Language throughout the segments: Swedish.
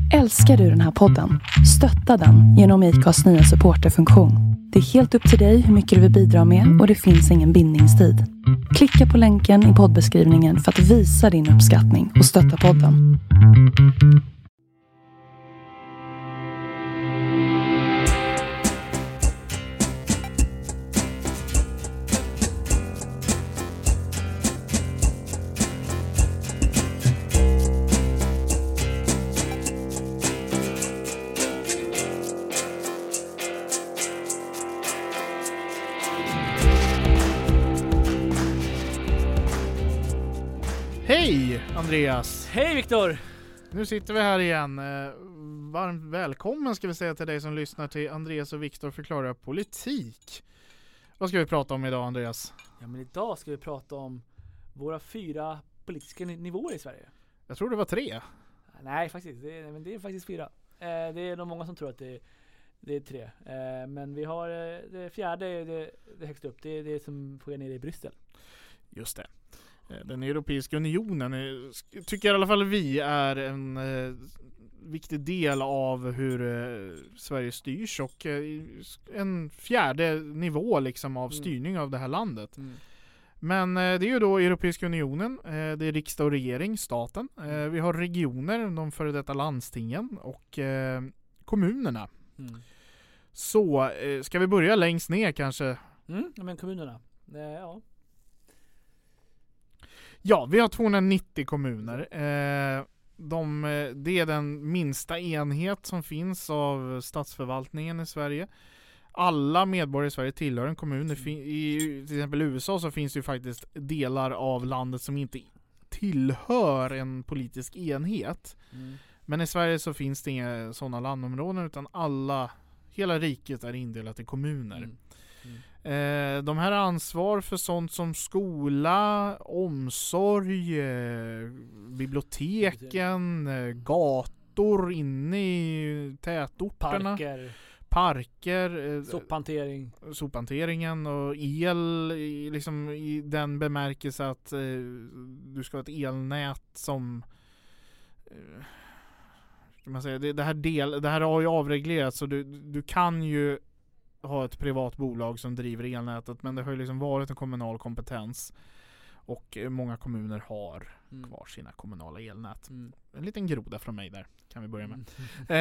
Älskar du den här podden? Stötta den genom IKAs nya supporterfunktion. Det är helt upp till dig hur mycket du vill bidra med och det finns ingen bindningstid. Klicka på länken i poddbeskrivningen för att visa din uppskattning och stötta podden. Hej Andreas! Hej Viktor! Nu sitter vi här igen. Varmt välkommen ska vi säga till dig som lyssnar till Andreas och Viktor förklarar politik. Vad ska vi prata om idag, Andreas? Ja, men idag ska vi prata om våra 4 politiska nivåer i Sverige. Jag tror det var 3. Nej, faktiskt. Det är faktiskt 4. Det är nog många som tror att det är 3. Men vi har det fjärde, det högst upp. Det är det som sker nere i Bryssel. Just det. Den Europeiska unionen tycker i alla fall vi är en viktig del av hur Sverige styrs och en fjärde nivå liksom av styrning av det här landet. Men det är ju då Europeiska unionen, det är riksdag och regering, staten. Vi har regioner, de före detta landstingen och kommunerna. Så ska vi börja längst ner kanske? Ja, men kommunerna. Ja. Ja, vi har 290 kommuner. Det är den minsta enhet som finns av statsförvaltningen i Sverige. Alla medborgare i Sverige tillhör en kommun. I till exempel USA så finns det ju faktiskt delar av landet som inte tillhör en politisk enhet. Men i Sverige så finns det inga sådana landområden utan hela riket är indelat i kommuner. De här har ansvar för sånt som skola, omsorg, biblioteken, gator inne i tätorterna, parker, sophanteringen och el liksom i den bemärkelse att du ska ha ett elnät som kan man säga, det här har ju avreglerats så du kan ju ha ett privat bolag som driver elnätet, men det har ju liksom varit en kommunal kompetens och många kommuner har kvar sina kommunala elnät. En liten groda från mig där kan vi börja med.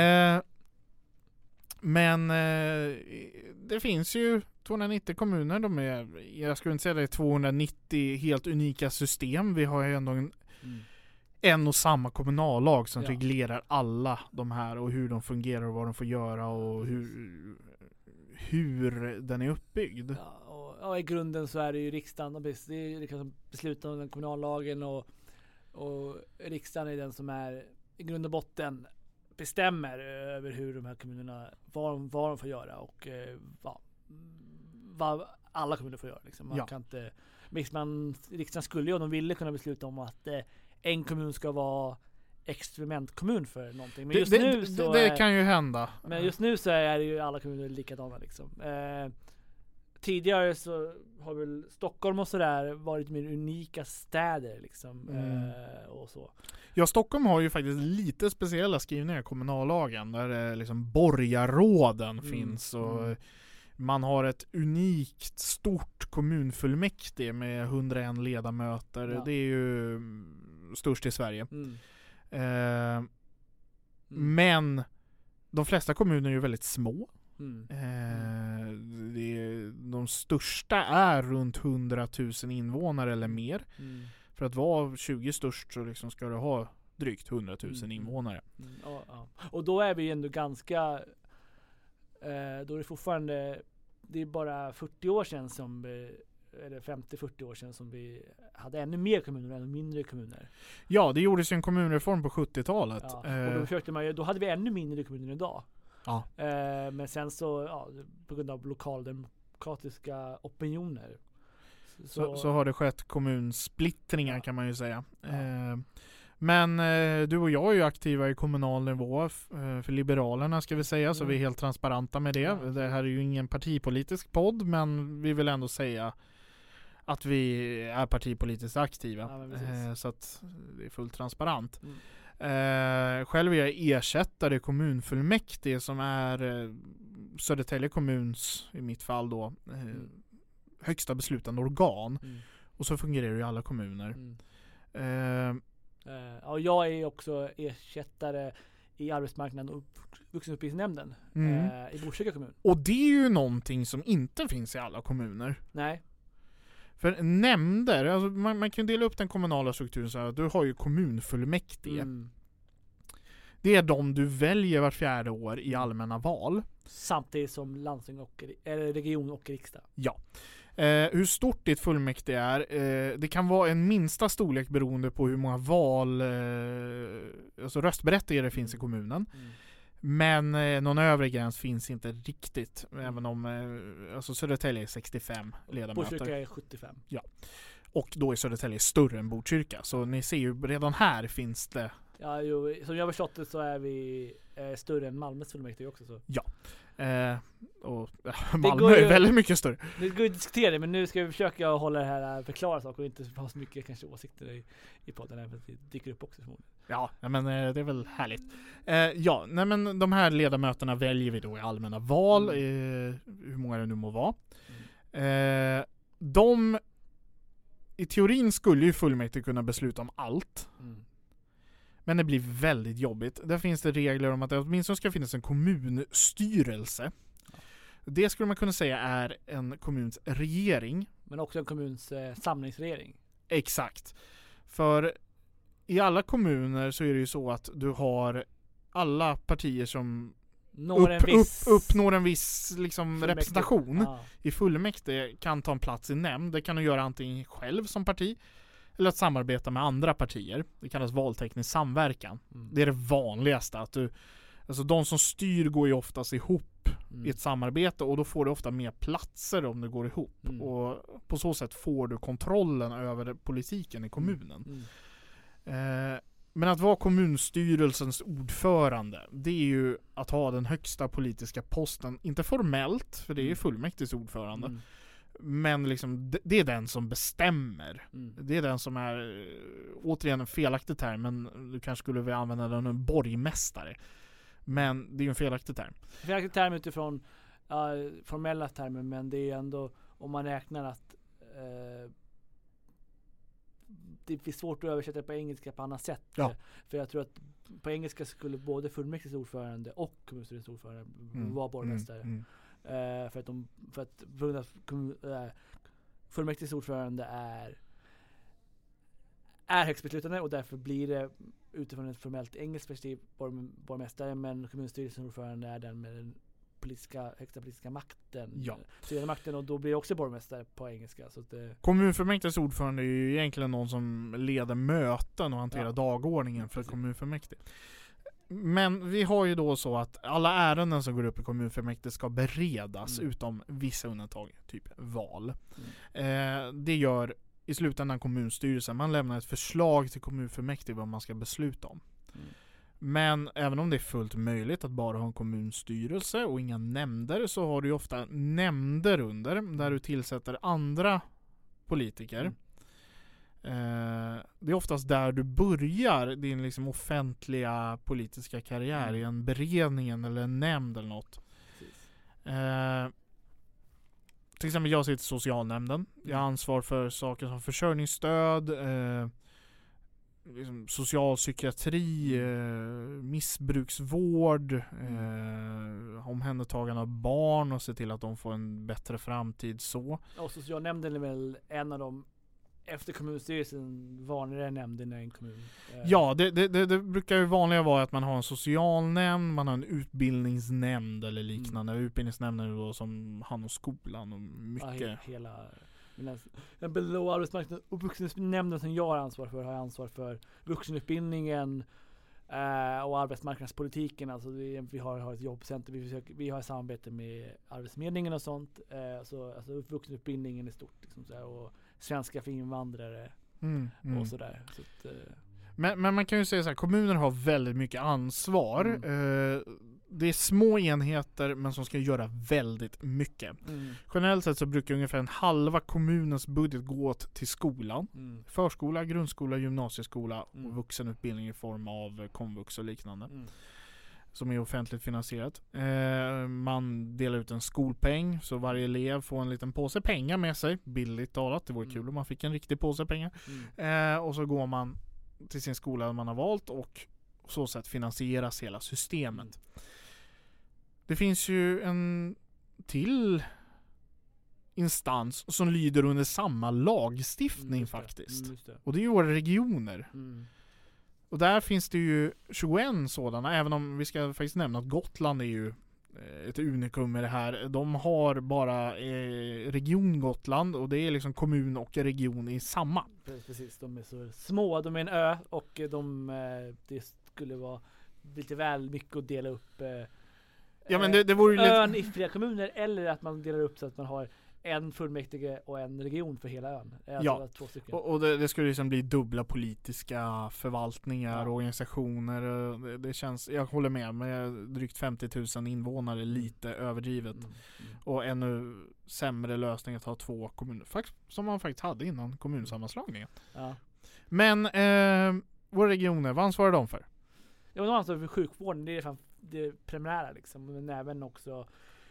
Men det finns ju 290 kommuner. Jag skulle inte säga det är 290 helt unika system. Vi har ju ändå en och samma kommunallag som reglerar alla de här och hur de fungerar och vad de får göra och hur den är uppbyggd. Ja, i grunden så är det ju riksdagen. Det är liksom beslutar om den kommunallagen och riksdagen är den som är i grund och botten bestämmer över hur de här kommunerna, vad de får göra och vad alla kommuner får göra. Liksom. Man kan inte, riksdagen skulle ju om de ville kunna besluta om att en kommun ska vara experimentkommun för någonting. Men det kan ju hända. Men just nu så är det ju alla kommuner likadana liksom. Tidigare så har väl Stockholm och sådär varit mer unika städer liksom. Och så. Ja, Stockholm har ju faktiskt lite speciella skrivningar i kommunallagen där liksom borgarråden finns och man har ett unikt stort kommunfullmäktige med 101 ledamöter. Det är ju störst i Sverige. Men de flesta kommuner är ju väldigt små. De största är runt 100 000 invånare eller mer. För att vara 20 störst så liksom ska du ha drygt 100 000 invånare. Och då är vi ändå ganska då är det fortfarande det är bara 40 år sedan eller 50-40 år sedan som vi hade ännu mer kommuner ännu mindre kommuner. Ja, det gjordes ju en kommunreform på 70-talet. Och då hade vi ännu mindre kommuner idag. Ja. Men sen så på grund av lokaldemokratiska opinioner så har det skett kommunsplittringar kan man ju säga. Men du och jag är ju aktiva i kommunal nivå för Liberalerna ska vi säga, så vi är helt transparenta med det. Det här är ju ingen partipolitisk podd, men vi vill ändå säga att vi är partipolitiskt aktiva. Så att det är fullt transparent. Själv är jag ersättare i kommunfullmäktige som är Södertälje kommuns, i mitt fall då, högsta beslutande organ. Och så fungerar det i alla kommuner. Och jag är också ersättare i arbetsmarknaden och vuxenutbildningsnämnden i Botkyrka kommun. Och det är ju någonting som inte finns i alla kommuner. Nej. För nämnder, alltså man kan dela upp den kommunala strukturen så här, att du har ju kommunfullmäktige. Det är de du väljer vart 4:e år i allmänna val. Samtidigt som landsting och region och riksdag. Ja. Hur stort ditt fullmäktige är, det kan vara en minsta storlek beroende på hur många alltså röstberättigade finns i kommunen. Men någon övre gräns finns inte riktigt, även om alltså Södertälje är 65 ledamöter. Botkyrka är 75. Ja. Och då är Södertälje större än Botkyrka. Så ni ser ju, redan här finns det... Ja, som jag har förstått det så är vi större än Malmös fullmäktige också. Så. Ja. Och Malmö är väldigt mycket större. Det går ju att diskutera det, men nu ska vi försöka hålla det här förklara saker och inte ha så mycket kanske åsikter i podden, även för att det dyker upp också förmodligen. Ja, men det är väl härligt. Ja, nej, men de här ledamöterna väljer vi då i allmänna val, hur många det nu må vara. I teorin skulle ju fullmäktige kunna besluta om allt. Men det blir väldigt jobbigt. Där finns det regler om att det åtminstone ska finnas en kommunstyrelse. Det skulle man kunna säga är en kommuns regering. Men också en kommuns samlingsregering. Exakt. För i alla kommuner så är det ju så att du har alla partier som uppnår en viss liksom, representation i fullmäktige kan ta en plats i nämnd. Det kan du göra antingen själv som parti eller att samarbeta med andra partier. Det kallas valteknisk samverkan. Det är det vanligaste. Alltså de som styr går ju oftast ihop i ett samarbete och då får du ofta mer platser om det går ihop. Och på så sätt får du kontrollen över politiken i kommunen. Men att vara kommunstyrelsens ordförande, det är ju att ha den högsta politiska posten, inte formellt, för det är fullmäktiges ordförande. Men liksom, det är den som bestämmer. Det är den som är, återigen en felaktig term, men du kanske skulle vilja använda den en borgmästare. Men det är ju en felaktig term. Felaktig term utifrån formella termer, men det är ändå, om man räknar att det är svårt att översätta det på engelska på annat sätt. Ja. För jag tror att på engelska skulle både fullmäktiges ordförande och kommunstyrelsens ordförande vara borgmästare. För att fullmäktiges ordförande är högst beslutande och därför blir det utifrån ett formellt engelskt perspektiv borgmästare, men kommunstyrelsens ordförande är den med den högsta politiska makten. Ja. Makten, och då blir det också borgmästare på engelska. Så att kommunfullmäktiges ordförande är ju egentligen någon som leder möten och hanterar dagordningen för kommunfullmäktige. Men vi har ju då så att alla ärenden som går upp i kommunfullmäktige ska beredas utom vissa undantag, typ val. Det gör i slutändan kommunstyrelsen. Man lämnar ett förslag till kommunfullmäktige vad man ska besluta om. Men även om det är fullt möjligt att bara ha en kommunstyrelse och inga nämnder, så har du ju ofta nämnder under där du tillsätter andra politiker. Det är oftast där du börjar din liksom offentliga politiska karriär, i en beredning eller en nämnd eller något. Till exempel jag sitter i socialnämnden. Jag har ansvar för saker som försörjningsstöd, liksom socialpsykiatri, missbruksvård, omhändertagande av barn och se till att de får en bättre framtid så. Och socialnämnden är väl en av de efter kommunstyrelsen vanligare nämnden i en kommun. Ja, det brukar ju vanliga vara att man har en socialnämnd, man har en utbildningsnämnd eller liknande. Utbildningsnämnden då som hand om skolan och mycket. Den blå arbetsmarknaden och vuxenutbildningsnämnden som jag har ansvar för vuxenutbildningen och arbetsmarknadspolitiken. Alltså vi har ett jobbcenter, vi har samarbete med Arbetsförmedlingen och sånt. Alltså vuxenutbildningen är stort liksom, så här, och svenska för invandrare och sådär. Så att, men man kan ju säga så här, kommuner har väldigt mycket ansvar. det är små enheter men som ska göra väldigt mycket. Generellt sett så brukar ungefär en halva kommunens budget gå till skolan. Förskola, grundskola, gymnasieskola och vuxenutbildning i form av komvux och liknande. Som är offentligt finansierat. Man delar ut en skolpeng så varje elev får en liten påse pengar med sig. Billigt talat, det vore kul om man fick en riktig påse pengar. Och så går man till sin skola man har valt och på så sätt finansieras hela systemet. Det finns ju en till instans som lyder under samma lagstiftning faktiskt. Och det är ju våra regioner. Och där finns det ju 21 sådana, även om vi ska faktiskt nämna att Gotland är ju ett unikum med det här. De har bara region Gotland och det är liksom kommun och region i samma. Precis, de är så små, de är en ö och det skulle vara lite väl mycket att dela upp ja, men det vore ju ön i flera kommuner, eller att man delar upp så att man har en fullmäktige och en region för hela ön. Ja, 2 stycken. Och det skulle liksom bli dubbla politiska förvaltningar och organisationer. Det känns, jag håller med drygt 50 000 invånare lite överdrivet. Och ännu sämre lösning att ha 2 kommuner. Som man faktiskt hade innan kommunsammanslagningen. Ja. Men våra regioner, vad ansvarar de för? Ja, de ansvarar för sjukvården. Det är fan det primära liksom. Men även också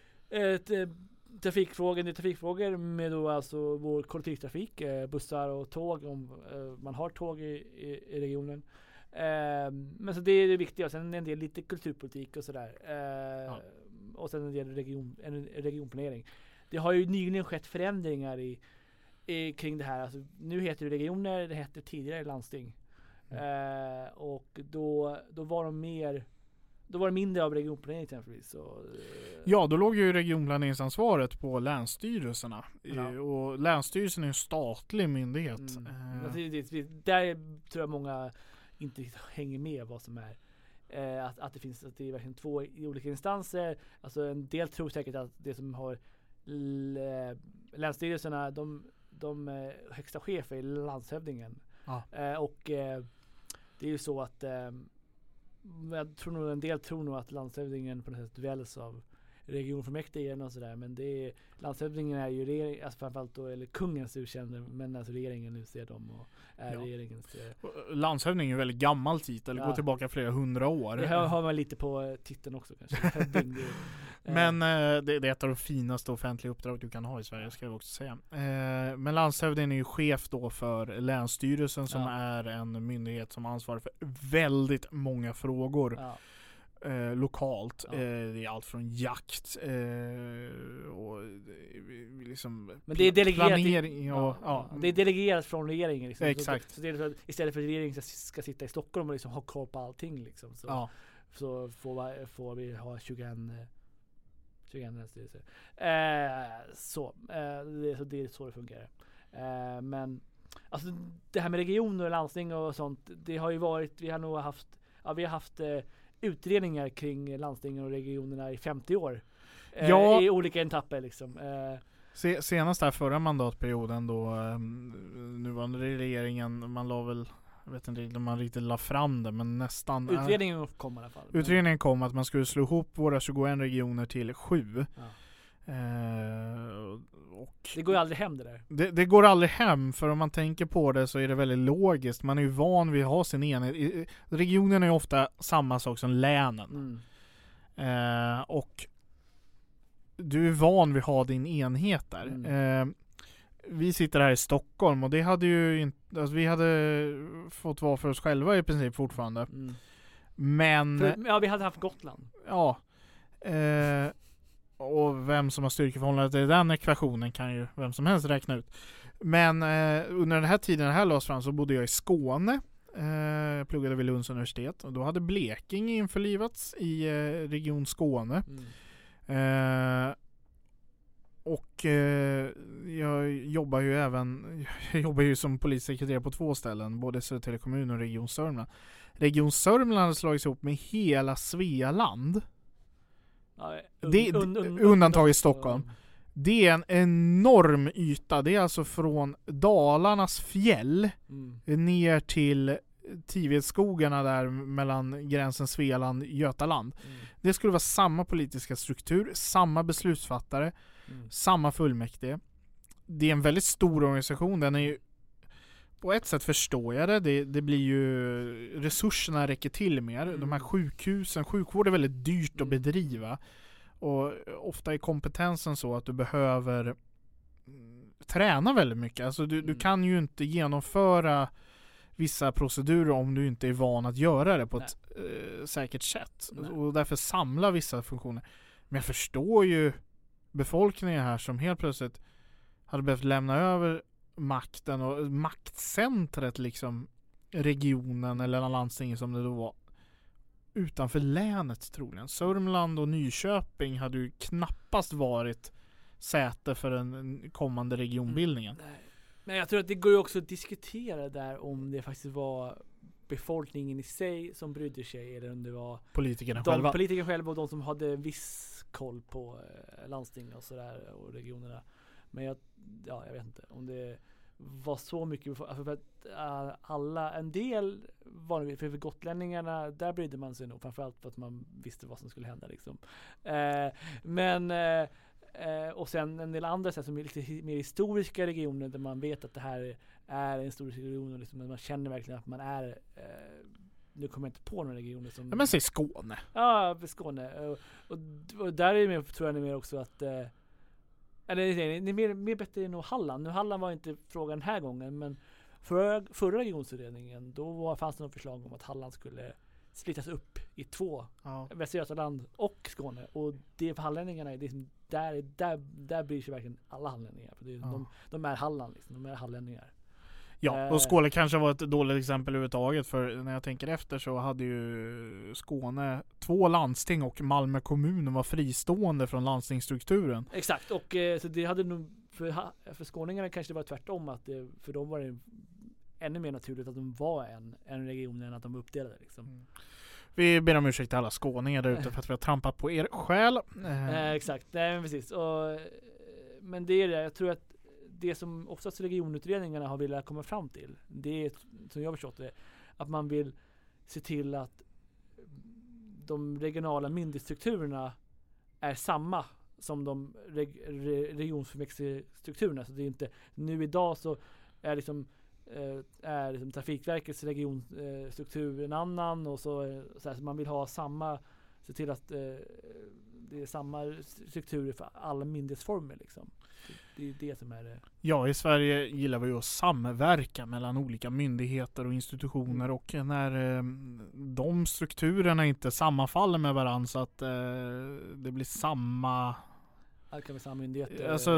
trafikfrågor med då alltså vår kollektivtrafik, bussar och tåg om man har tåg i regionen. Men så det är det viktiga. Sen en del lite kulturpolitik och sådär. Och sen en del regionplanering. Det har ju nyligen skett förändringar kring det här. Alltså, nu heter det regioner, det hette tidigare landsting. Och då var det mindre av regionplanering exempelvis. Ja, då låg ju regionplaneringsansvaret på länsstyrelserna. Och länsstyrelsen är en statlig myndighet. Där tror jag många inte hänger med vad som är. Att det är verkligen 2 olika instanser. Alltså en del tror säkert att det som har länsstyrelserna, de högsta chefer är landshövdingen. Och det är ju så att jag tror nog en del tror nog att landshövdingen på något sätt väljs av regionfullmäktige och sådär, men det är landshövdingen är ju regering, alltså framförallt då, eller kungens urkände, men alltså regeringen utser dem och är regeringens. Landshövding är ju väldigt gammal titel, går tillbaka flera 100 år. Det har man lite på titeln också kanske. Men det är ett av de finaste offentliga uppdrag du kan ha i Sverige, ska jag också säga. Men landshövdingen är ju chef då för länsstyrelsen som är en myndighet som ansvarar för väldigt många frågor. Lokalt. Det är allt från jakt och liksom men det är delegerat planering det är delegerat från regeringen liksom. Exakt. Så det är för, istället för att regeringen ska sitta i Stockholm och liksom ha koll på allting liksom, så får vi ha 21 länsstyrelser. Så det är så det fungerar. Men alltså det här med regioner och landsting och sånt, det har ju varit, vi har haft utredningar kring landstingen och regionerna i 50 år. I olika etapper liksom. Senast där förra mandatperioden då nuvarande regeringen, man la väl, jag vet inte om man riktigt la fram det, men nästan. Utredningen kom i alla fall. Utredningen kom att man skulle slå ihop våra 21 regioner till 7. Och det går ju aldrig hem det där. Det går aldrig hem, för om man tänker på det så är det väldigt logiskt. Man är ju van vid att ha sin enhet. Regionen är ju ofta samma sak som länen. Och du är van vid att ha din enhet där. Vi sitter här i Stockholm och det hade ju inte, alltså vi hade fått vara för oss själva i princip fortfarande. Men vi hade haft Gotland. Ja. Och vem som har styrkeförhållandet i den ekvationen kan ju vem som helst räkna ut. Men under den här tiden det här lades fram så bodde jag i Skåne. Pluggade vid Lunds universitet. Och då hade Blekinge införlivats i region Skåne. Och jag jobbar ju som polissekreterare på 2 ställen. Både Södertälje kommun och region Sörmland. Region Sörmland hade slagits ihop med hela Svealand. Undantaget Stockholm. Det är en enorm yta. Det är alltså från Dalarnas fjäll ner till Tivedsskogarna där mellan gränsen Svealand-Götaland. Det skulle vara samma politiska struktur, samma beslutsfattare, samma fullmäktige. Det är en väldigt stor organisation. Den är ju, på ett sätt förstår jag det blir ju, resurserna räcker till mer. De här sjukvård är väldigt dyrt att bedriva. Och ofta är kompetensen så att du behöver träna väldigt mycket. Alltså du kan ju inte genomföra vissa procedurer om du inte är van att göra det på ett säkert sätt. Och därför samla vissa funktioner. Men jag förstår ju befolkningen här som helt plötsligt hade behövt lämna över makten och maktcentret, liksom regionen eller landstinget som det då var, utanför länet troligen. Sörmland och Nyköping hade ju knappast varit säte för den kommande regionbildningen. Men jag tror att det går ju också att diskutera där om det faktiskt var befolkningen i sig som brydde sig eller om det var politikerna själva och de som hade viss koll på landsting och sådär och regionerna. Men jag vet inte om det var så mycket för att en del var för gotlänningarna, där brydde man sig nog framförallt för att man visste vad som skulle hända liksom. Och sen en del andra sätt som är lite mer historiska regioner där man vet att det här är en historisk region och liksom, man känner verkligen att man är nu kommer jag inte på några regioner som... Ja, men säg Skåne. Ja, Skåne. Och där är det mer, tror jag det är mer också att eller det är mer bättre än nog Halland. Nu Halland var inte frågan den här gången, men förra regionsutredningen då fanns det något förslag om att Halland skulle splittas upp i två. Ja. Västra Götaland och Skåne. Och det för hallänningarna är liksom, där bryr sig verkligen alla hallänningar. För de är Halland liksom, de är hallänningar. Ja, och Skåne kanske var ett dåligt exempel överhuvudtaget, för när jag tänker efter så hade ju Skåne 2 landsting och Malmö kommun var fristående från landstingsstrukturen. Exakt, och så det hade nog för skåningarna kanske det var tvärtom, att för dem var det ännu mer naturligt att de var en region än att de var uppdelade liksom. Vi ber om ursäkt till alla skåningar där ute för att vi har trampat på er själ. Exakt, nej men precis. Men det är det, jag tror att det som oftast regionutredningarna har velat komma fram till, det är, som jag har förstått det, att man vill se till att de regionala myndighetsstrukturerna är samma som de regionfullmäktigestrukturerna. Så det är inte, nu idag så är liksom Trafikverkets regionstruktur en annan och så man vill ha samma, se till att det är samma strukturer för alla myndighetsformer liksom. Det är det som är det. Ja, i Sverige gillar vi att samverka mellan olika myndigheter och institutioner, och när de strukturerna inte sammanfaller med varandra så att det blir samma... Det kan bli samma myndigheter. Alltså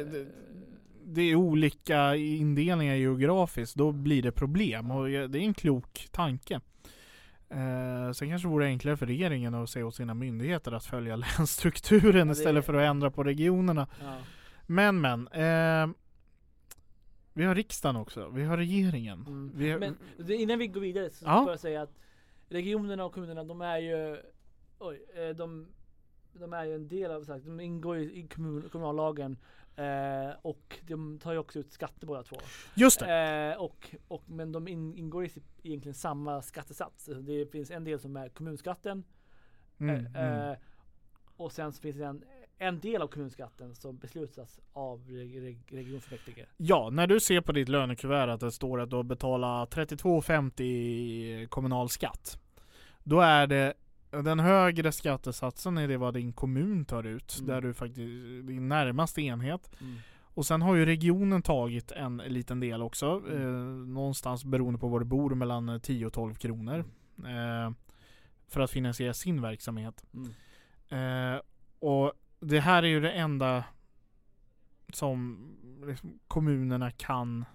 det är olika indelningar geografiskt, då blir det problem, och det är en klok tanke. Sen kanske det vore enklare för regeringen att se åt sina myndigheter att följa länsstrukturen istället för att ändra på regionerna. Ja. Men vi har riksdagen också, vi har regeringen. Men innan vi går vidare så får jag säga att regionerna och kommunerna, de är ju de är ju en del av, de ingår i kommunallagen. Och de tar ju också ut skatter båda två. Just det. Men de ingår i egentligen samma skattesats. Det finns en del som är kommunskatten. Och sen så finns det en del av kommunskatten som beslutas av regionfullmäktige. Ja, när du ser på ditt lönekuvert att det står att du betalar 32,50 i kommunalskatt, då är det den högre skattesatsen är det vad din kommun tar ut, där du faktiskt din närmaste enhet. Och sen har ju regionen tagit en liten del också, någonstans beroende på var du bor, mellan 10 och 12 kronor för att finansiera sin verksamhet. Och det här är ju det enda som liksom kommunerna kan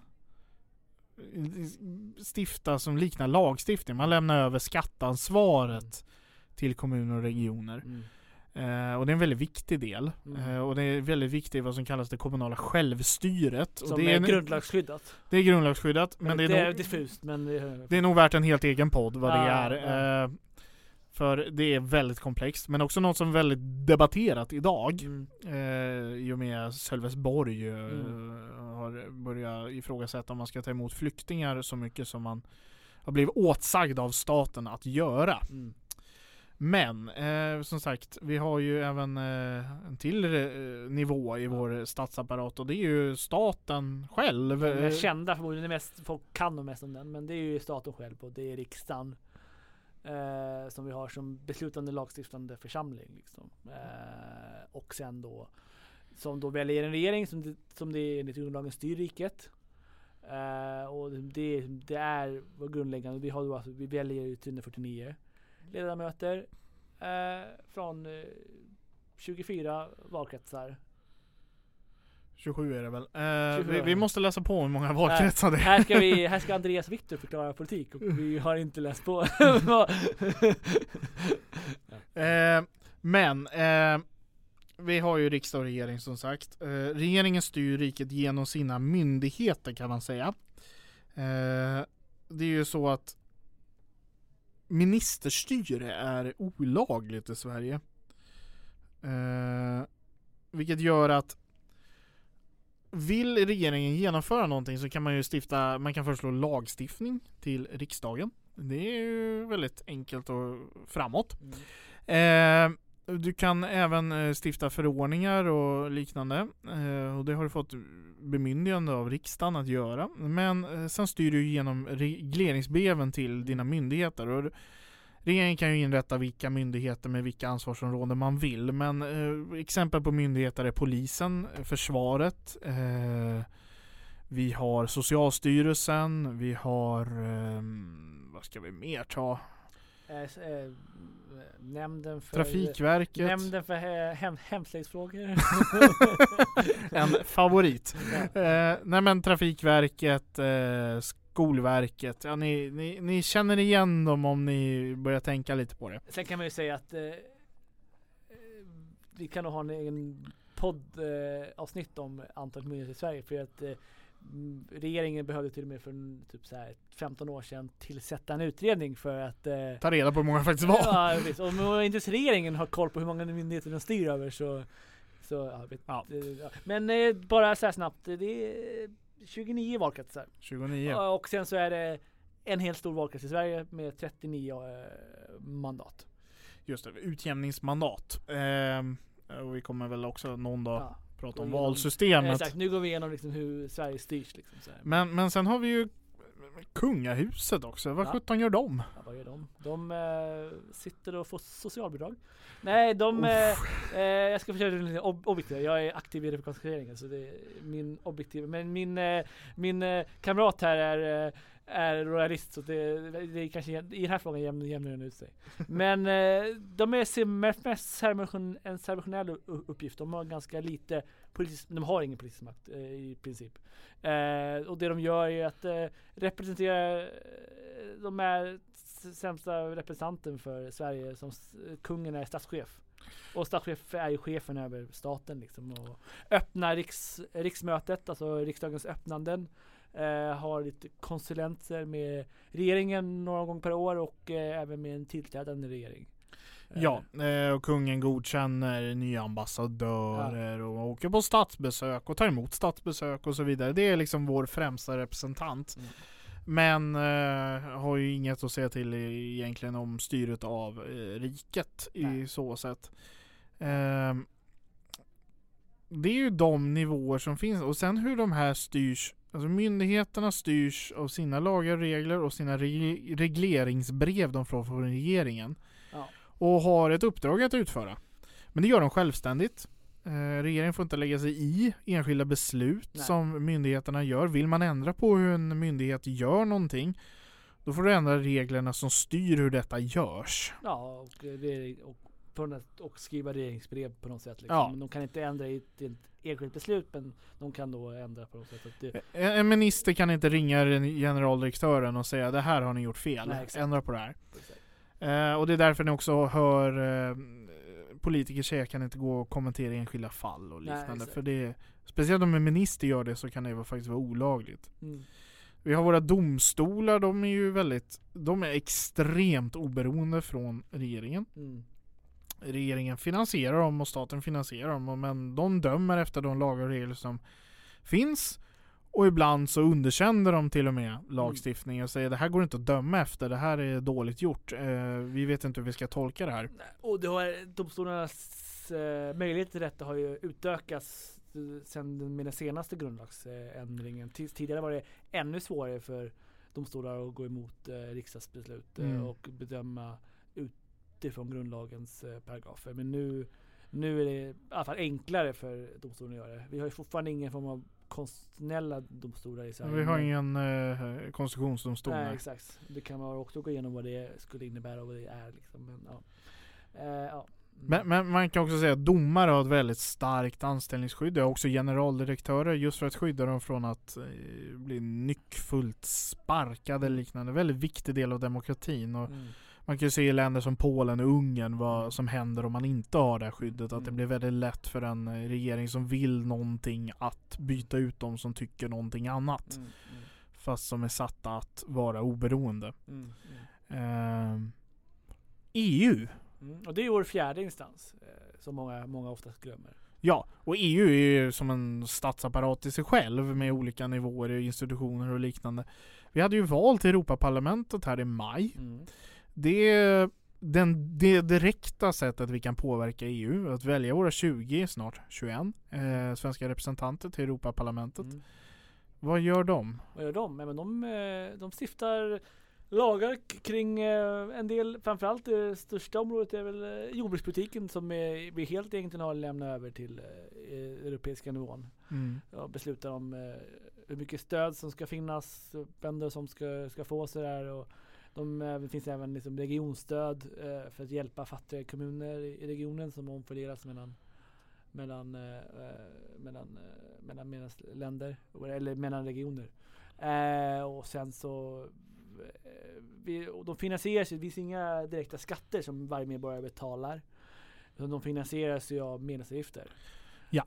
stifta som liknar lagstiftning. Man lämnar över skattansvaret till kommuner och regioner. Och det är en väldigt viktig del. Och det är väldigt viktigt vad som kallas det kommunala självstyret. Som och det är grundlagsskyddat. Det är grundlagsskyddat. Men det är nog, diffust. Men det är nog värt en helt egen podd vad det är. För det är väldigt komplext. Men också något som är väldigt debatterat idag. I och med Sölvesborg har börjat ifrågasätta om man ska ta emot flyktingar så mycket som man har blivit åtsagd av staten att göra. Mm. Men som sagt, vi har ju även en till nivå i vår statsapparat, och det är ju staten själv. Den är kända förmodligen, det mest folk kan nog mest om den, men det är ju staten själv och det är riksdagen som vi har som beslutande lagstiftande församling liksom. Och sen då som då väljer en regering som det är enligt grundlagen styr riket. Och det är vad grundläggande. Vi har då alltså, vi väljer ju 349 ledamöter från 24 valkretsar. 27 är det väl. Vi måste läsa på hur många valkretsar det är. Här ska Andreas Victor förklara politik och vi har inte läst på. Men vi har ju riksdag och regering som sagt. Regeringen styr riket genom sina myndigheter kan man säga. Det är ju så att ministerstyre är olagligt i Sverige. Vilket gör att vill regeringen genomföra någonting så kan man ju man kan föreslå lagstiftning till riksdagen. Det är ju väldigt enkelt och framåt. Du kan även stifta förordningar och liknande. Och det har du fått bemyndigande av riksdagen att göra. Men sen styr du genom regleringsbreven till dina myndigheter. Och regeringen kan ju inrätta vilka myndigheter med vilka ansvarsområden man vill. Men exempel på myndigheter är polisen, försvaret. Vi har Socialstyrelsen. Vi har... vad ska vi mer ta? Nämnden för Trafikverket. Nämnden för hemsläggsfrågor. En favorit. Nej men Trafikverket, Skolverket. Ja, ni känner igen dem om ni börjar tänka lite på det. Sen kan man ju säga att vi kan nog ha en egen poddavsnitt om antalet myndigheter i Sverige, för att regeringen behövde till och med för typ så här 15 år sedan tillsätta en utredning för att ta reda på hur många faktiskt var. Ja, visst. Om inte regeringen har koll på hur många myndigheter den styr över så ja, ja. Men bara så här snabbt, det är 29 valkretsar. 29. Och sen så är det en helt stor valkrets i Sverige med 39 mandat. Just det, utjämningsmandat. Och vi kommer väl också någon dag prata om valsystemet. Exakt, nu går vi igenom liksom hur Sverige styrs. Liksom, så här. Men sen har vi ju kungahuset också. Vad 17 gör de? Ja, vad gör de? De sitter och får socialbidrag. Nej, jag ska försöka lite objektiv. Jag är aktiv i republikanska regeringen, så det är min objektiv. Men min kamrat här är royalist, så det är kanske i den här frågan jämnar den ut sig. Men de är mest en ceremoniell uppgift. De har ganska lite de har ingen politisk makt i princip. Och det de gör är att representera, de är sämsta representanten för Sverige, som kungen är statschef. Och statschef är ju chefen över staten liksom, och öppnar riksmötet, alltså riksdagens öppnanden. Har lite konsulenter med regeringen några gånger per år och även med en tillträdande regering. Ja, och kungen godkänner nya ambassadörer och åker på statsbesök och tar emot statsbesök och så vidare. Det är liksom vår främsta representant. Men har ju inget att säga till egentligen om styret av riket i så sätt. Det är ju de nivåer som finns. Och sen hur de här styrs, alltså myndigheterna styrs av sina lagar och regler och sina regleringsbrev de får från regeringen. Ja. Och har ett uppdrag att utföra. Men det gör de självständigt. Regeringen får inte lägga sig i enskilda beslut som myndigheterna gör. Vill man ändra på hur en myndighet gör någonting, då får du ändra reglerna som styr hur detta görs. Ja, och skriva regeringsbrev på något sätt. Liksom. Ja. Men de kan inte ändra i ett enskilt beslut, men de kan då ändra på något sätt. Att en minister kan inte ringa generaldirektören och säga det här har ni gjort fel. Nej, ändra på det här. Och det är därför ni också hör politiker säga kan inte gå och kommentera enskilda fall och liknande. För det, speciellt om en minister gör det, så kan det faktiskt vara olagligt. Vi har våra domstolar, de är extremt oberoende från regeringen. Regeringen finansierar dem och staten finansierar dem, men de dömer efter de lagar och regler som finns. Och ibland så underkänner de till och med lagstiftning och säger det här går inte att döma efter, det här är dåligt gjort. Vi vet inte hur vi ska tolka det här. Och domstolarnas möjlighet till detta har ju utökats sedan med den senaste grundlagsändringen. Tidigare var det ännu svårare för domstolar att gå emot riksdagsbeslut och bedöma utifrån grundlagens paragrafer. Men nu är det i alla fall enklare för domstolen att göra det. Vi har ju fortfarande ingen form av konstitutionella domstolar i Sverige. Vi har ingen konstitutionsdomstol. Nej, exakt. Det kan man också gå igenom vad det skulle innebära och vad det är. Liksom. Men man kan också säga att domare har ett väldigt starkt anställningsskydd. Det är också generaldirektörer just för att skydda dem från att bli nyckfullt sparkade eller liknande. Väldigt viktig del av demokratin. Och man kan ju se i länder som Polen och Ungern vad som händer om man inte har det här skyddet. Att det blir väldigt lätt för en regering som vill någonting att byta ut dem som tycker någonting annat. Fast som är satta att vara oberoende. EU. Och det är vår fjärde instans som många oftast glömmer. Ja, och EU är ju som en statsapparat i sig själv med olika nivåer, institutioner och liknande. Vi hade ju val till Europaparlamentet här i maj. Det är det direkta sättet vi kan påverka EU, att välja våra 20, snart 21 svenska representanter till Europaparlamentet. Vad gör de? Men de stiftar lagar kring en del, framförallt det största området är väl jordbrukspolitiken som vi helt egentligen har lämnat över till europeiska nivån. Ja, beslutar om hur mycket stöd som ska finnas, bönder som ska få så där, och det finns även liksom regionstöd för att hjälpa fattiga kommuner i regionen som omfördelas mellan länder eller mellan regioner. Och sen så de finansieras, det finns inga direkta skatter som varje medborgare betalar. De finansieras ju av medlemsavgifter. Ja.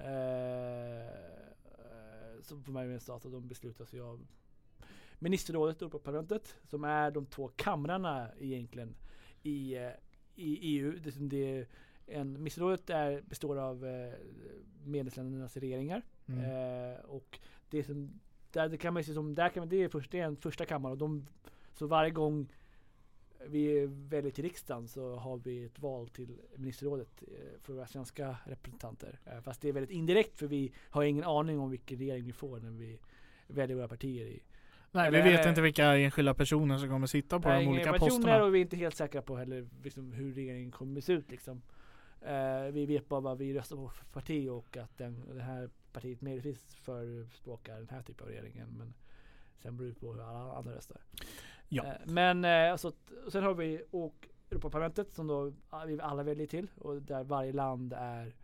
Så på varje stat, och de beslutas ju av ministerrådet och Europaparlamentet, som är de två kamrarna egentligen i EU. Ministerrådet består av medlemsländernas regeringar. Och det som där kan man se som det är en första kammare, och så varje gång vi väljer till riksdagen så har vi ett val till ministerrådet för våra svenska representanter. Fast det är väldigt indirekt, för vi har ingen aning om vilken regering vi får när vi väljer våra partier i. Nej, vi vet inte vilka enskilda personer som kommer sitta på de olika posterna. Och vi är inte helt säkra på heller liksom, hur regeringen kommer se ut. Liksom. Vi vet bara vad vi röstar på för parti, och att det här partiet möjligtvis förespråkar den här typen av regeringen. Men sen beror det på hur alla andra röstar. Ja. Sen har vi Europaparlamentet som då vi alla väljer till, och där varje land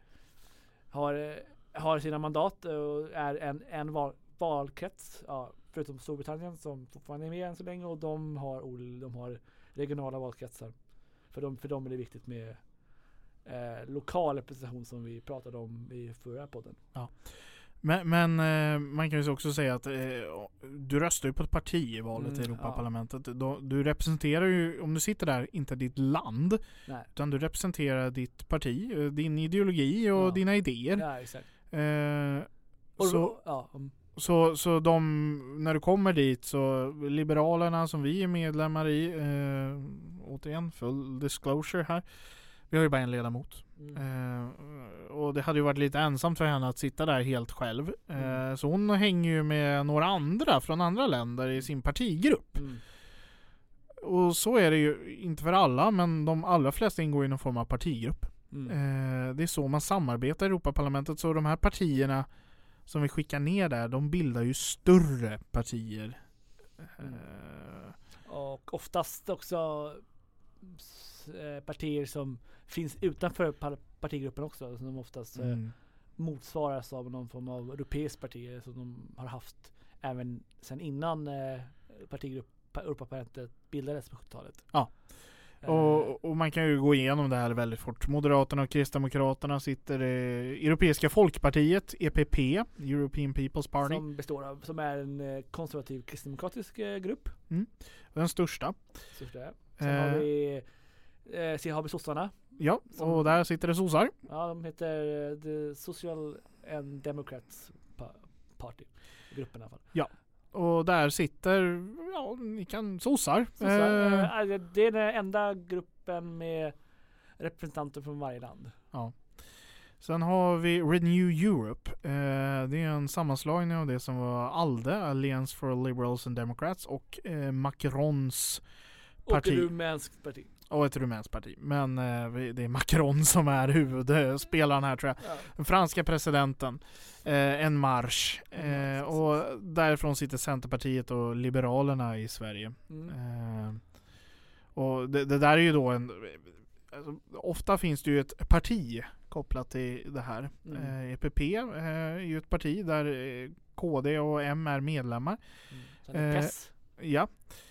har sina mandat och är en valkrets, förutom Storbritannien som fortfarande är med än så länge, och de har regionala valkretsar. För dem är det viktigt med lokal representation, som vi pratade om i förra podden. Ja. Men man kan ju också säga att du röstar ju på ett parti i valet till Europaparlamentet. Du representerar ju, om du sitter där, inte ditt land, utan du representerar ditt parti, din ideologi och dina idéer. Ja, exakt. Så när du kommer dit, så Liberalerna som vi är medlemmar i, återigen full disclosure här, vi har ju bara en ledamot. Och det hade ju varit lite ensamt för henne att sitta där helt själv. Så hon hänger ju med några andra från andra länder i sin partigrupp. Och så är det ju inte för alla, men de allra flesta ingår i någon form av partigrupp. Det är så man samarbetar i Europaparlamentet. Så de här partierna som vi skickar ner där, de bildar ju större partier. Och oftast också partier som finns utanför partigruppen också, som oftast motsvaras av någon form av europeisk partier som de har haft även sedan innan Europaparlamentet bildades på 70-talet. Ja. Och man kan ju gå igenom det här väldigt fort. Moderaterna och Kristdemokraterna sitter i Europeiska Folkpartiet, EPP, European People's Party. Som är en konservativ kristdemokratisk grupp. Den största. Sen har vi sossarna. Ja, och där sitter det sossar. Ja, de heter The Social and Democrats Party. gruppen i alla fall. Ja. Och där sitter, ni kan sossar. Det är den enda gruppen med representanter från varje land. Ja. Sen har vi Renew Europe. Det är en sammanslagning av det som var ALDE, Alliance for Liberals and Democrats, och Macrons parti. Och ett rumänskt parti. Och ett rumänskt parti. Men det är Macron som är huvudspelaren här, tror jag. Ja. Den franska presidenten. En marsch. Och därifrån sitter Centerpartiet och Liberalerna i Sverige. Och det där är ju då alltså, ofta finns det ju ett parti kopplat till det här. EPP är ju ett parti där KD och M är medlemmar. Sen är PES. Ja.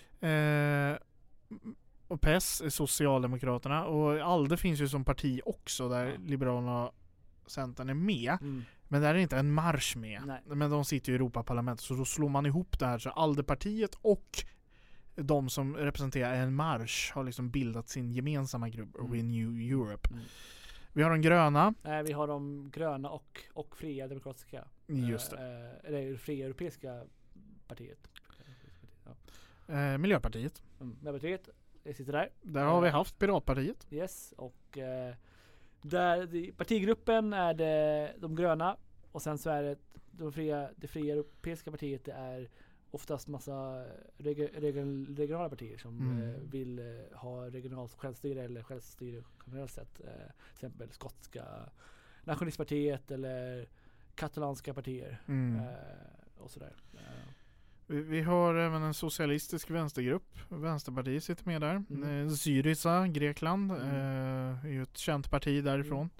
Och PES är Socialdemokraterna. Och ALDE finns ju som parti också där Liberalerna och Centern är med. Men där är inte en marsch med. Nej. Men de sitter ju i Europaparlamentet, så då slår man ihop det här. Så ALDE-partiet och de som representerar en marsch har liksom bildat sin gemensamma grupp, Renew Europe. Vi har de gröna. Vi har de gröna och fria demokratiska. Just det. Eller fria europeiska partiet. Miljöpartiet. Miljöpartiet, det sitter där. Där har vi haft Piratpartiet. Yes, och där partigruppen är det de gröna, och sen så är det det fria europeiska partiet. Det är oftast massa regionala partier som vill ha regionalt självstyre eller självstyre generellt sett. Till exempel skotska nationalistpartiet eller katalanska partier och sådär. Vi har även en socialistisk vänstergrupp. Vänsterpartiet sitter med där. Syriza, Grekland, är ju ett känt parti därifrån.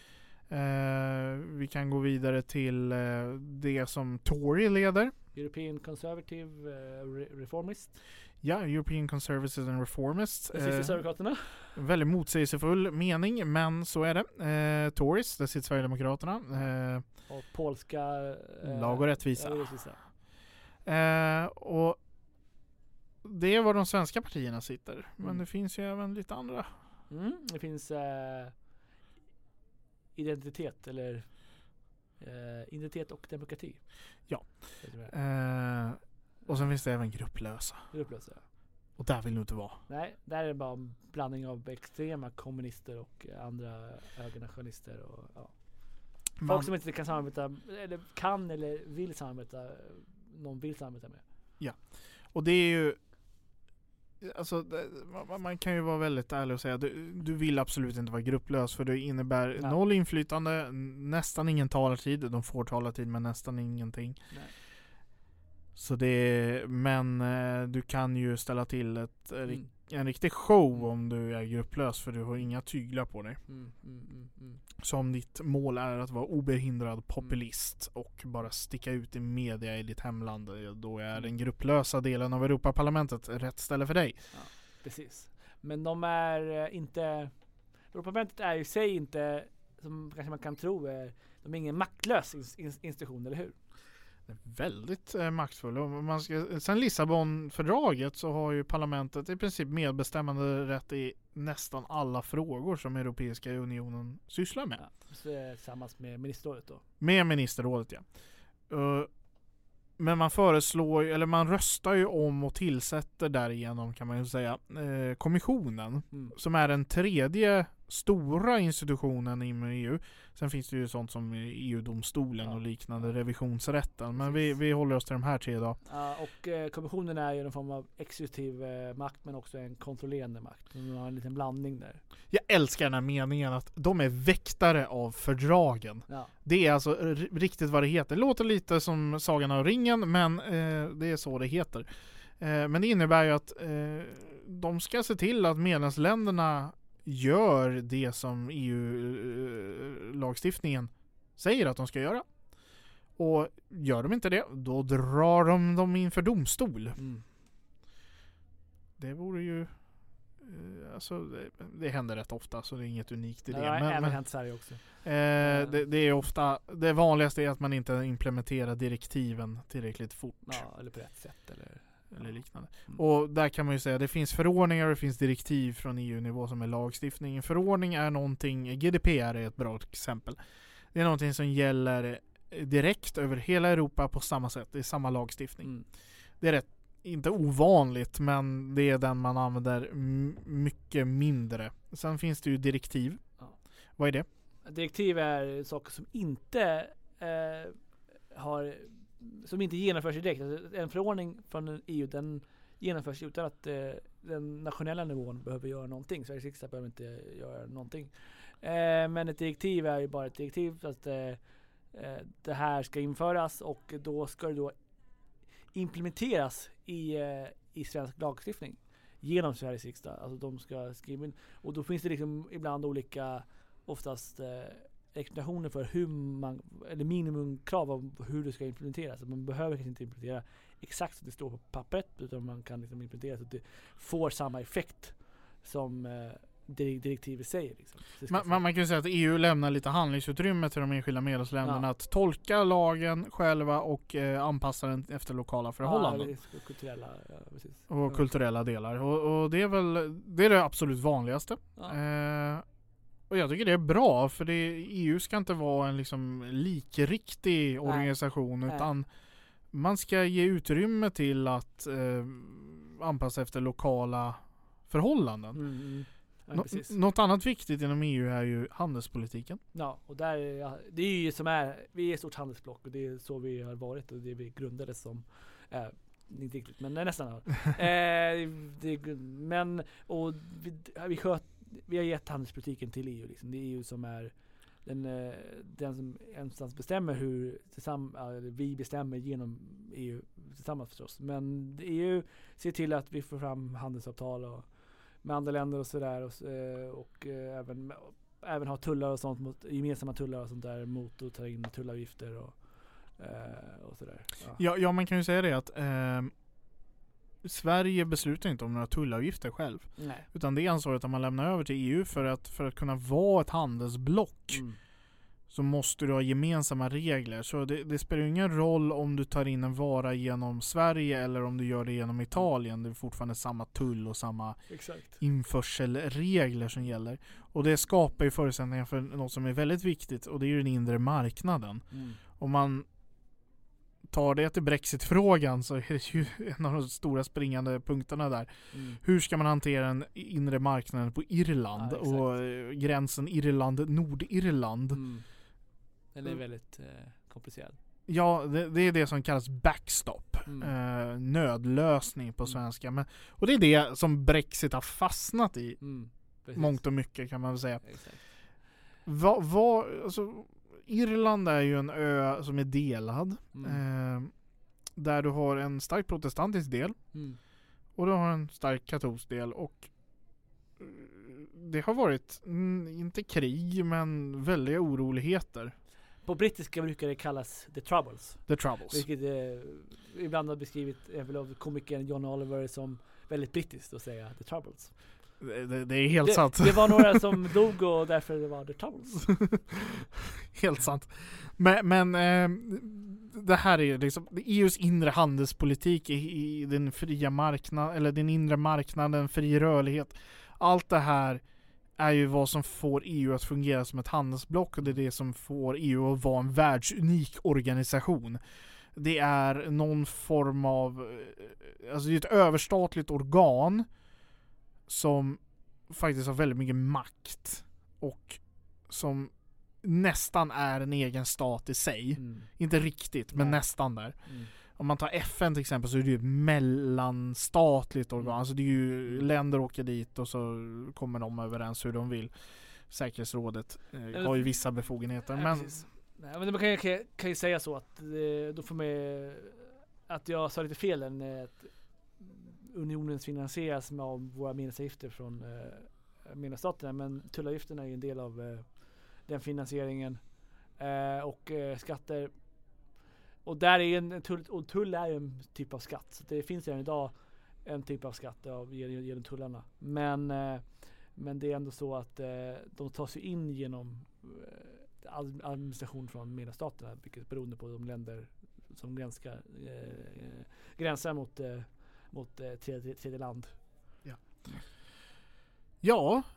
Vi kan gå vidare till det som Tory leder. European Conservative Reformist. Ja, European Conservatives and Reformists. Det sitter Sverigedemokraterna. Väldigt motsägelsefull mening, men så är det. Tories, där sitter Sverigedemokraterna. Och polska lag och rättvisa. Och det är var de svenska partierna sitter. Men det finns ju även lite andra. Det finns identitet eller identitet och demokrati. Ja. Och sen finns det även grupplösa. Och där vill du inte vara. Nej, där är det bara en blandning av extrema kommunister och andra högernationalister och folk som inte kan samarbeta eller kan eller vill samarbeta. Någon vill samarbeta med. Ja. Och det är ju alltså, man kan ju vara väldigt ärlig och säga att du vill absolut inte vara grupplös, för det innebär noll inflytande, nästan ingen talartid. De får talartid men nästan ingenting. Nej. Så men du kan ju ställa till en riktig show om du är grupplös, för du har inga tyglar på dig. Så om ditt mål är att vara obehindrad populist och bara sticka ut i media i ditt hemland, då är den grupplösa delen av Europaparlamentet rätt ställe för dig. Ja, precis. Men de är inte... Europaparlamentet är ju sig inte, som kanske man kan tro, de är ingen maktlös institution, eller hur? Väldigt maktfull. Sen Lissabonfördraget så har ju parlamentet i princip medbestämmande rätt i nästan alla frågor som Europeiska unionen sysslar med. Ja, tillsammans med ministerrådet då? Med ministerrådet, ja. Men man röstar ju om och tillsätter därigenom, kan man ju säga, kommissionen, som är den tredje stora institutionen inom EU. Sen finns det ju sånt som EU-domstolen och liknande, revisionsrätten. Men vi håller oss till de här tre idag. Ja, och kommissionen är ju en form av exekutiv makt, men också en kontrollerande makt. Man har en liten blandning där. Jag älskar den här meningen att de är väktare av fördragen. Ja. Det är alltså riktigt vad det heter. Det låter lite som Sagan av ringen, men det är så det heter. Men det innebär ju att de ska se till att medlemsländerna gör det som EU-lagstiftningen säger att de ska göra. Och gör de inte det, då drar de dem inför domstol. Det vore ju alltså, det händer rätt ofta, så det är inget unikt i det. Det har även hänt i Sverige också. Det är ofta, det vanligaste är att man inte implementerar direktiven tillräckligt fort. Ja, eller på rätt sätt eller liknande. Och där kan man ju säga, det finns förordningar och det finns direktiv från EU-nivå som är lagstiftning. En förordning är någonting, GDPR är ett bra exempel. Det är någonting som gäller direkt över hela Europa på samma sätt. Det är samma lagstiftning. Mm. Det är rätt, inte ovanligt, men det är den man använder mycket mindre. Sen finns det ju direktiv. Ja. Vad är det? Direktiv är saker som inte som inte genomförs direkt. Alltså, en förordning från EU, den genomförs utan att den nationella nivån behöver göra någonting. Sveriges riksdag behöver inte göra någonting. Men ett direktiv är ju bara ett direktiv, så att det här ska införas, och då ska det då implementeras i svensk lagstiftning genom Sveriges riksdag. Alltså de ska skriva in, och då finns det liksom ibland olika, oftast rekommendationer för hur man, eller minimumkrav av hur det ska implementeras. Så man behöver kanske inte implementera exakt så det står på pappret, utan man kan liksom implementera så att det får samma effekt som direktivet säger. Liksom. Man kan ju säga att EU lämnar lite handlingsutrymme till de enskilda medlemsländerna att tolka lagen själva och anpassa den efter lokala förhållanden. Kulturella, precis. Och kulturella delar. Och det är väl det absolut vanligaste. Ja. Och jag tycker det är bra, för EU ska inte vara en liksom likriktig organisation, utan man ska ge utrymme till att anpassa efter lokala förhållanden. Ja, något annat viktigt inom EU är ju handelspolitiken. Ja, och där det är ju vi är ett stort handelsblock, och det är så vi har varit, och det vi grundades som inte riktigt, men nästan. Men och vi har gett handelspolitiken till EU liksom. Det är EU som är den som ensam bestämmer hur vi bestämmer genom EU tillsammans förstås. Men EU ser till att vi får fram handelsavtal och med andra länder och sådär, och även ha tullar och sånt, gemensamma tullar och sånt där, mot att ta in tullavgifter och sådär. Ja, man kan ju säga det att Sverige beslutar inte om några tullavgifter själv. Nej. Utan det är ansvaret att man lämnar över till EU för att kunna vara ett handelsblock. Så måste du ha gemensamma regler. Så det spelar ju ingen roll om du tar in en vara genom Sverige eller om du gör det genom Italien. Det är fortfarande samma tull och samma införselregler som gäller. Och det skapar ju förutsättningar för något som är väldigt viktigt, och det är ju den inre marknaden. Om man tar det till Brexit-frågan, så är det ju en av de stora springande punkterna där. Hur ska man hantera den inre marknaden på Irland och gränsen Irland-Nordirland? Den är väldigt komplicerad. Ja, det är det som kallas backstop. Nödlösning på svenska. Och det är det som Brexit har fastnat i. Mångt och mycket, kan man väl säga. Alltså, Irland är ju en ö som är delad. Där du har en stark protestantisk del. Och du har en stark katolsk del. Och det har varit inte krig, men väldiga oroligheter. På brittiska brukar det kallas The Troubles. The Troubles. Vilket ibland har beskrivit även av komikern John Oliver som väldigt brittiskt att säga The Troubles. Det är helt sant. Det var några som dog, och därför det var The Troubles. Helt sant. Men det här är liksom EUs inre handelspolitik i den fria marknaden, eller den inre marknaden, fri rörlighet. Allt det här är ju vad som får EU att fungera som ett handelsblock, och det är det som får EU att vara en världsunik organisation. Det är någon form av, alltså det är ett överstatligt organ som faktiskt har väldigt mycket makt och som nästan är en egen stat i sig. Inte riktigt, men nästan där. Om man tar FN till exempel, så är det ju ett mellanstatligt organ. Alltså det är ju länder åker dit och så kommer de överens hur de vill. Säkerhetsrådet har ju vissa befogenheter. Men man kan ju säga så att då får man att jag sa lite fel, att unionen finansieras med av våra medlemsavgifter från medlemsstaterna, men tullavgifterna är ju en del av den finansieringen, och skatter. Och där är tull är ju en typ av skatt. Så det finns redan idag en typ av skatt genom tullarna. Men det är ändå så att de tas ju in genom administration från medlemsstaterna, vilket beroende på de länder som gränsar mot tredje land. Ja,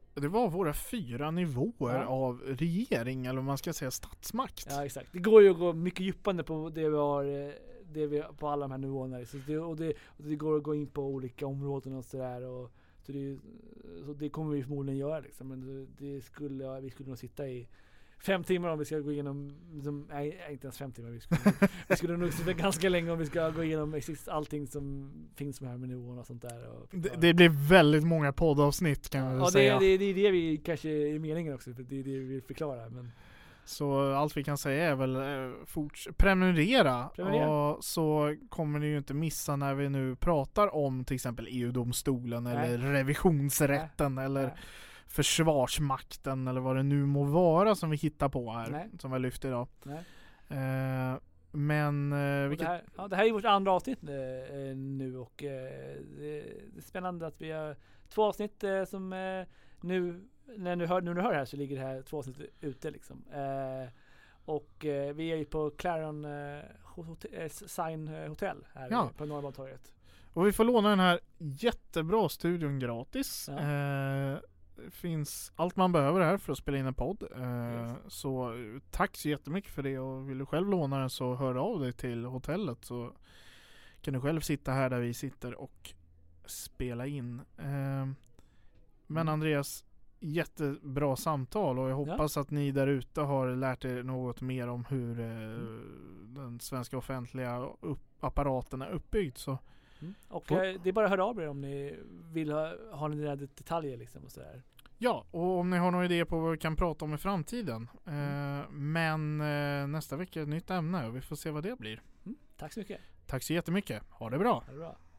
det var våra 4 nivåer av regering, eller vad man ska säga, statsmakt. Ja, exakt. Det går ju att gå mycket djupande på det vi på alla de här nivåerna. Så det går att gå in på olika områden och sådär. Så det kommer vi förmodligen göra liksom. Men vi skulle nog sitta i 5 timmar om vi ska gå igenom, nej inte ens 5 timmar, vi skulle nog sitta ganska länge om vi ska gå igenom exakt allting som finns med här med nivåerna och sånt där. Det blir väldigt många poddavsnitt kan man säga. Det är det vi kanske är meningen också, för det är det vi vill förklara. Men så allt vi kan säga är väl prenumerera. Och så kommer ni ju inte missa när vi nu pratar om till exempel EU-domstolen eller revisionsrätten eller försvarsmakten eller vad det nu må vara som vi hittar på här, som vi har lyft idag. Men det här är vårt andra avsnitt nu, och det är spännande att vi har 2 avsnitt som nu när du hör det här så ligger det här 2 avsnitt ute liksom. Och vi är ju på Clarion Sign Hotel här på Norrmalmstorget. Och vi får låna den här jättebra studion gratis. Finns allt man behöver här för att spela in en podd. Så tack så jättemycket för det, och vill du själv låna den så hör av dig till hotellet, så kan du själv sitta här där vi sitter och spela in. Men Andreas, jättebra samtal, och jag hoppas att ni där ute har lärt er något mer om hur den svenska offentliga apparaten är uppbyggd. Så. Och det är bara att höra av er om ni vill ha några detaljer liksom och sådär. Ja, och om ni har några idéer på vad vi kan prata om i framtiden. Men nästa vecka är ett nytt ämne och vi får se vad det blir. Tack så mycket. Tack så jättemycket. Ha det bra. Ha det bra.